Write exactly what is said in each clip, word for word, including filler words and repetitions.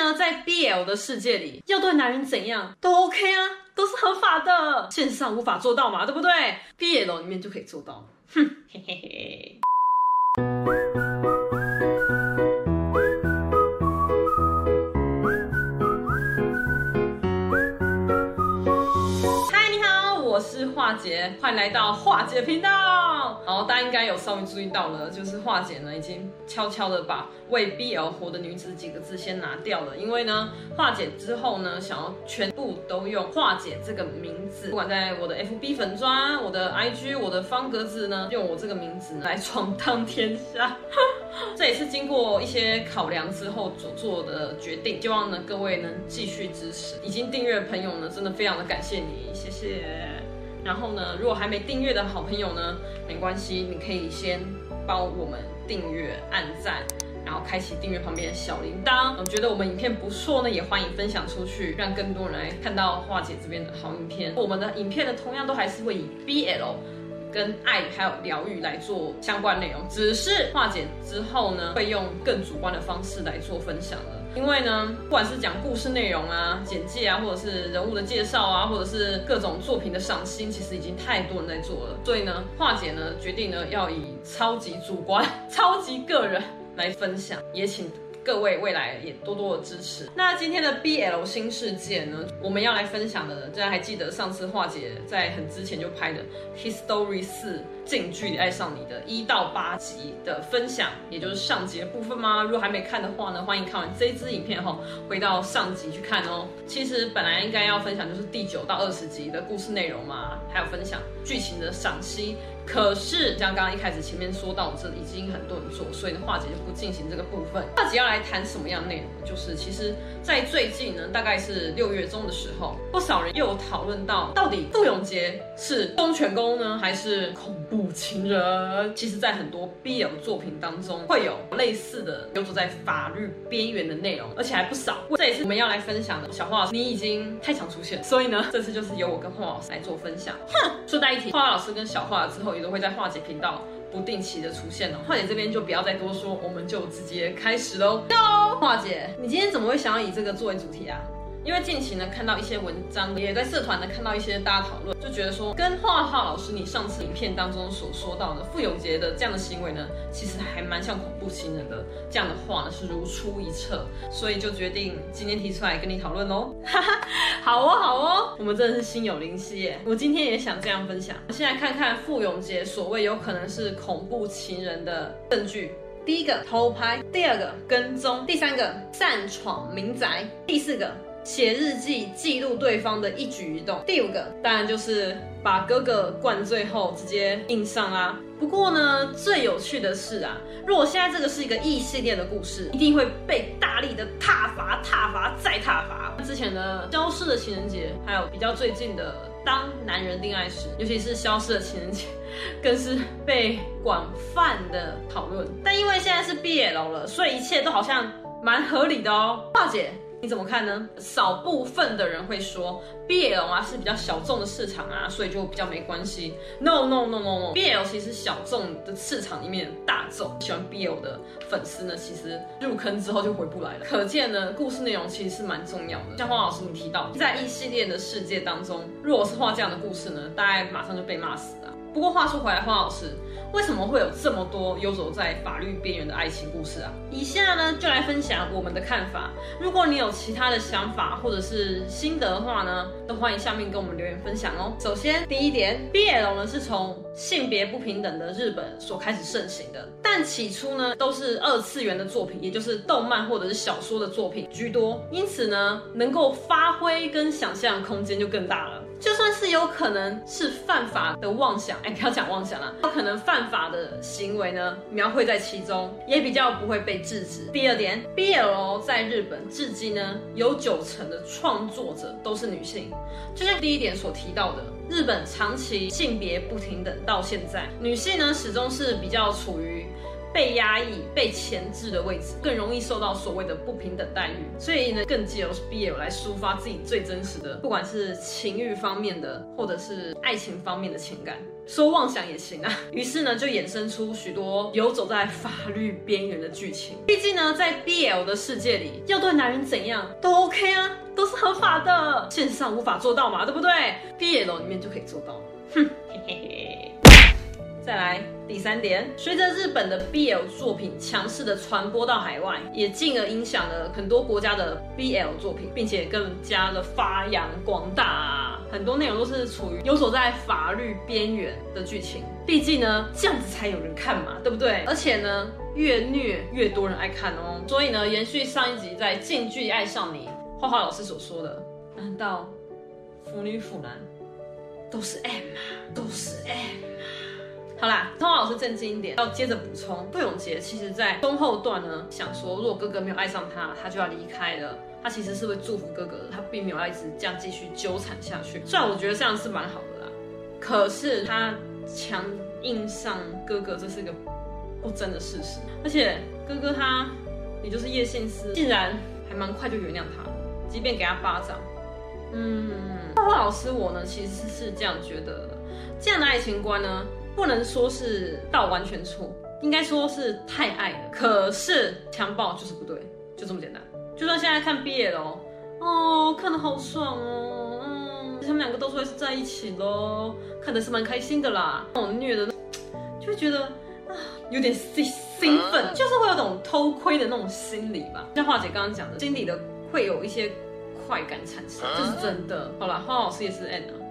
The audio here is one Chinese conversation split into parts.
呢，在 B L 的世界里，要对男人怎样都 OK 啊，都是合法的。线上无法做到嘛，对不对 ？B L 里面就可以做到。哼，嘿嘿嘿。我是樺姐，欢迎来到樺姐频道。然后大家应该有稍微注意到了，就是樺姐呢已经悄悄的把为 B L 活的女子几个字先拿掉了，因为呢樺姐之后呢想要全部都用樺姐这个名字，不管在我的 F B 粉专、我的 I G、我的方格子呢，用我这个名字来闯荡天下。这也是经过一些考量之后所做的决定，希望呢各位能继续支持。已经订阅的朋友呢，真的非常的感谢你，谢谢。然后呢，如果还没订阅的好朋友呢，没关系，你可以先帮我们订阅、按赞，然后开启订阅旁边的小铃铛。我觉得我们影片不错呢，也欢迎分享出去，让更多人来看到樺姐这边的好影片。我们的影片呢，同样都还是会以 B L 跟爱还有疗愈来做相关内容，只是樺姐之后呢，会用更主观的方式来做分享了。因为呢，不管是讲故事内容啊、简介啊，或者是人物的介绍啊，或者是各种作品的赏析，其实已经太多人在做了。所以呢，樺姐呢决定呢要以超级主观、超级个人来分享，也请各位未来也多多的支持。那今天的 B L 新世界呢，我们要来分享的，大家还记得上次樺姐在很之前就拍的《History 四近距离爱上你》的一到八集的分享，也就是上集的部分吗？如果还没看的话呢，欢迎看完这支影片后回到上集去看哦。其实本来应该要分享就是第九到二十集的故事内容嘛，还有分享剧情的赏析。可是像刚刚一开始前面说到，这已经很多人做，所以呢樺姐就不进行这个部分。樺姐要来谈什么样的内容？就是其实在最近呢，大概是六月中的时候，不少人又有讨论到，到底傅永杰是忠犬公呢，还是恐怖情人？其实在很多 B L 作品当中会有类似的游走在法律边缘的内容，而且还不少。这也是我们要来分享的。小樺老师，你已经太常出现，所以呢这次就是由我跟樺老师来做分享。哼，顺带一提，樺老师跟小樺之后也都会在樺姐频道不定期的出现哦。樺姐这边就不要再多说，我们就直接开始喽。樺姐，你今天怎么会想要以这个作为主题啊？因为近期呢看到一些文章，也在社团呢看到一些大家讨论，就觉得说跟樺樺老师你上次影片当中所说到的傅永杰的这样的行为呢，其实还蛮像恐怖情人的。这样的话呢是如出一辙，所以就决定今天提出来跟你讨论喽。好哦好哦，我们真的是心有灵犀耶！我今天也想这样分享。先来看看傅永杰所谓有可能是恐怖情人的证据。第一个偷拍，第二个跟踪，第三个擅闯民宅，第四个写日记记录对方的一举一动，第五个当然就是把哥哥灌醉后直接硬上啦。不过呢，最有趣的是啊，如果现在这个是一个异系列的故事，一定会被大力的挞伐、挞伐再挞伐。之前的消失的情人节，还有比较最近的当男人恋爱时，尤其是消失的情人节，更是被广泛的讨论。但因为现在是 B L 了，所以一切都好像蛮合理的哦。樺姐，你怎么看呢？少部分的人会说 B L 啊是比较小众的市场啊，所以就比较没关系。No No No No No，B L 其实小众的市场里面大众喜欢 B L 的粉丝呢，其实入坑之后就回不来了。可见呢，故事内容其实是蛮重要的。像樺老师你提到，在一系列的世界当中，如果是画这样的故事呢，大概马上就被骂死了。不过话说回来，樺老师，为什么会有这么多游走在法律边缘的爱情故事啊？以下呢就来分享我们的看法。如果你有其他的想法或者是心得的话呢，都欢迎下面跟我们留言分享哦。首先第一点 ，B L 呢是从性别不平等的日本所开始盛行的，但起初呢都是二次元的作品，也就是动漫或者是小说的作品居多，因此呢能够发挥跟想象空间就更大了。就算是有可能是犯法的妄想，哎，不要讲妄想啦，有可能犯法的行为呢，描绘在其中，也比较不会被制止。第二点 ，B L 在日本至今呢，有九成的创作者都是女性，就像第一点所提到的，日本长期性别不平等到现在，女性呢始终是比较处于被压抑、被钳制的位置，更容易受到所谓的不平等待遇。所以呢，更借由 B L 来抒发自己最真实的，不管是情欲方面的，或者是爱情方面的情感。说妄想也行啊，于是呢就衍生出许多游走在法律边缘的剧情。毕竟呢，在 B L 的世界里，要对男人怎样都 OK 啊，都是合法的。线上无法做到嘛，对不对 ？B L 里面就可以做到。哼，嘿嘿嘿。再来第三点，随着日本的 B L 作品强势的传播到海外，也进而影响了很多国家的 B L 作品，并且更加的发扬光大。很多内容都是处于游走在法律边缘的剧情，毕竟呢，这样子才有人看嘛，对不对？而且呢，越虐越多人爱看哦。所以呢，延续上一集在《近距离爱上你》花花老师所说的，难道腐女腐男都是 M 吗？都是 M 吗？好啦，花花老师正经一点，要接着补充，傅永杰其实在中后段呢，想说如果哥哥没有爱上他，他就要离开了。他其实是会祝福哥哥的，他并没有要一直这样继续纠缠下去。虽然我觉得这样是蛮好的啦，可是他强硬上哥哥，这是个不争的事实。而且哥哥他也就是叶信思，竟然还蛮快就原谅他了，即便给他巴掌。嗯，花花老师我呢其实是这样觉得的，这样的爱情观呢，不能说是到完全错，应该说是太爱了。可是强暴就是不对，就这么简单。就算现在看 B L 哦，看得好爽哦，嗯，他们两个到时候还是在一起咯，看的是蛮开心的啦。那种虐的，就会觉得啊，有点兴兴奋，就是会有种偷窥的那种心理吧。像华姐刚刚讲的，心里的会有一些快感产生，这、就是真的。好啦，花老师也是 N 啊，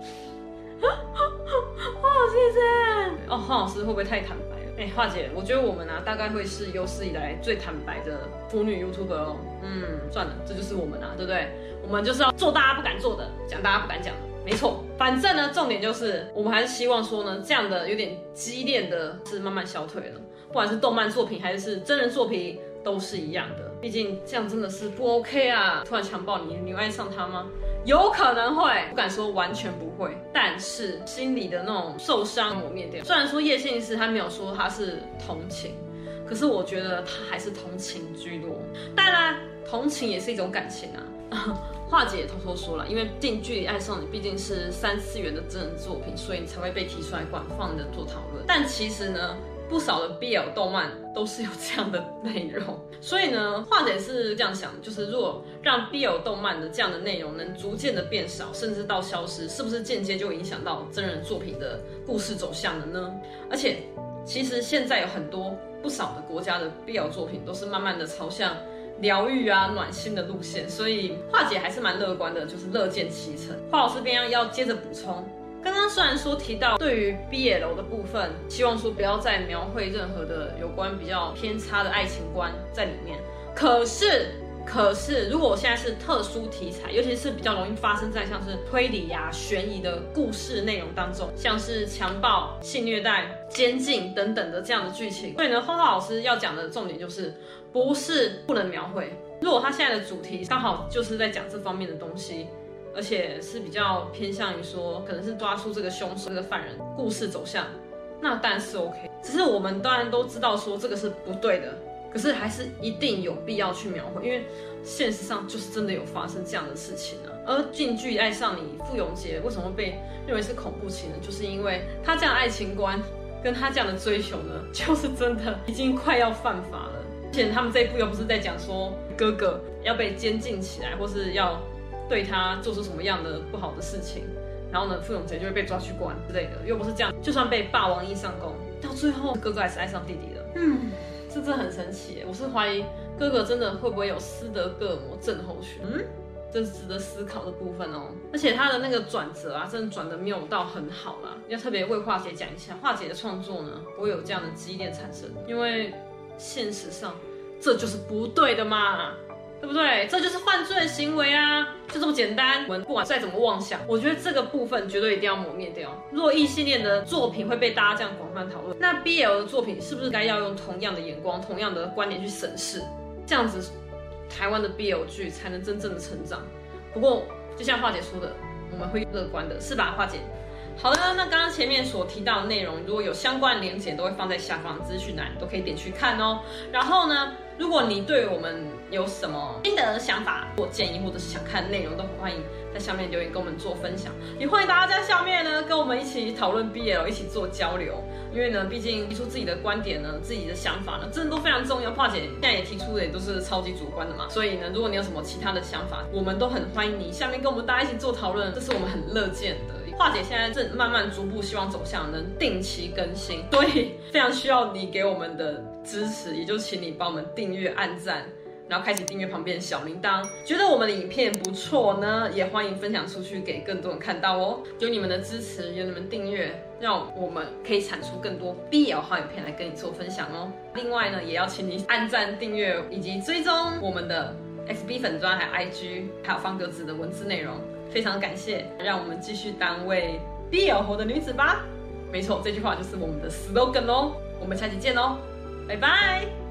花老师也是 N。哦，花老师会不会太坦白？哎、欸，华姐，我觉得我们啊，大概会是有史以来最坦白的腐女 YouTuber 哦。嗯，算了，这就是我们啊，对不对？我们就是要做大家不敢做的，讲大家不敢讲的，没错。反正呢，重点就是我们还是希望说呢，这样的有点激烈的是慢慢消退了，不管是动漫作品还是真人作品，都是一样的。毕竟这样真的是不 OK 啊！突然强暴你，你会爱上他吗？有可能会，不敢说完全不会，但是心里的那种受伤磨灭掉。虽然说叶信思他没有说他是同情，可是我觉得他还是同情居多。当然，同情也是一种感情啊。华姐也偷偷说了，因为《近距离爱上你》毕竟是三次元的真人作品，所以你才会被提出来广泛的做讨论。但其实呢，不少的 B L 动漫都是有这样的内容，所以呢，华姐是这样想，就是如果让 B L 动漫的这样的内容能逐渐的变少，甚至到消失，是不是间接就影响到真人作品的故事走向了呢？而且，其实现在有很多不少的国家的 B L 作品都是慢慢的朝向疗愈啊、暖心的路线，所以华姐还是蛮乐观的，就是乐见其成。华老师边要要接着补充。刚刚虽然说提到对于 B L 的部分，希望说不要再描绘任何的有关比较偏差的爱情观在里面，可是可是如果我现在是特殊题材，尤其是比较容易发生在像是推理啊、悬疑的故事内容当中，像是强暴、性虐待、监禁等等的这样的剧情，所以呢，花花老师要讲的重点就是不是不能描绘，如果他现在的主题刚好就是在讲这方面的东西，而且是比较偏向于说，可能是抓出这个凶手、这个犯人故事走向，那当然是 OK。只是我们当然都知道说这个是不对的，可是还是一定有必要去描绘，因为现实上就是真的有发生这样的事情啊。而近距离爱上你，傅永杰为什么会被认为是恐怖情人，就是因为他这样的爱情观跟他这样的追求呢，就是真的已经快要犯法了。而且他们这一部又不是在讲说哥哥要被监禁起来，或是要对他做出什么样的不好的事情，然后呢，傅永杰就会被抓去关之类的，又不是这样。就算被霸王硬上弓，到最后哥哥还是爱上弟弟了。嗯，这真的很神奇耶。我是怀疑哥哥真的会不会有斯德哥尔摩症候群？嗯，这是值得思考的部分哦。而且他的那个转折啊，真的转的没有到很好啦。要特别为华姐讲一下，华姐的创作呢不会有这样的激烈产生，因为现实上这就是不对的嘛。对不对？这就是犯罪的行为啊，就这么简单。我们不管再怎么妄想，我觉得这个部分绝对一定要磨灭掉。如果异性恋的作品会被大家这样广泛讨论，那 B L 的作品是不是该要用同样的眼光、同样的观点去审视？这样子，台湾的 B L 剧才能真正的成长。不过，就像华姐说的，我们会乐观的，是吧，华姐？ 好的，那刚刚前面所提到的内容，如果有相关连结，都会放在下方资讯栏，都可以点去看哦。然后呢，如果你对我们有什么新的想法或建议，或者是想看内容，都很欢迎在下面留言跟我们做分享。也欢迎大家在下面呢跟我们一起讨论 B L， 一起做交流。因为呢，毕竟提出自己的观点呢，自己的想法呢，真的都非常重要。樺姐现在也提出的也都是超级主观的嘛，所以呢，如果你有什么其他的想法，我们都很欢迎你下面跟我们大家一起做讨论，这是我们很乐见的。樺姐现在正慢慢逐步希望走向能定期更新，所以非常需要你给我们的支持，也就请你帮我们订阅、按赞，然后开启订阅旁边的小铃铛。觉得我们的影片不错呢，也欢迎分享出去给更多人看到哦。有你们的支持，有你们订阅，让我们可以产出更多 B L 好影片来跟你做分享哦。另外呢，也要请你按赞、订阅以及追踪我们的 F B 粉专，还有 I G， 还有方格子的文字内容。非常感谢，让我们继续当为 B L 活的女子吧。没错，这句话就是我们的 slogan 哦。我们下期见哦，拜拜。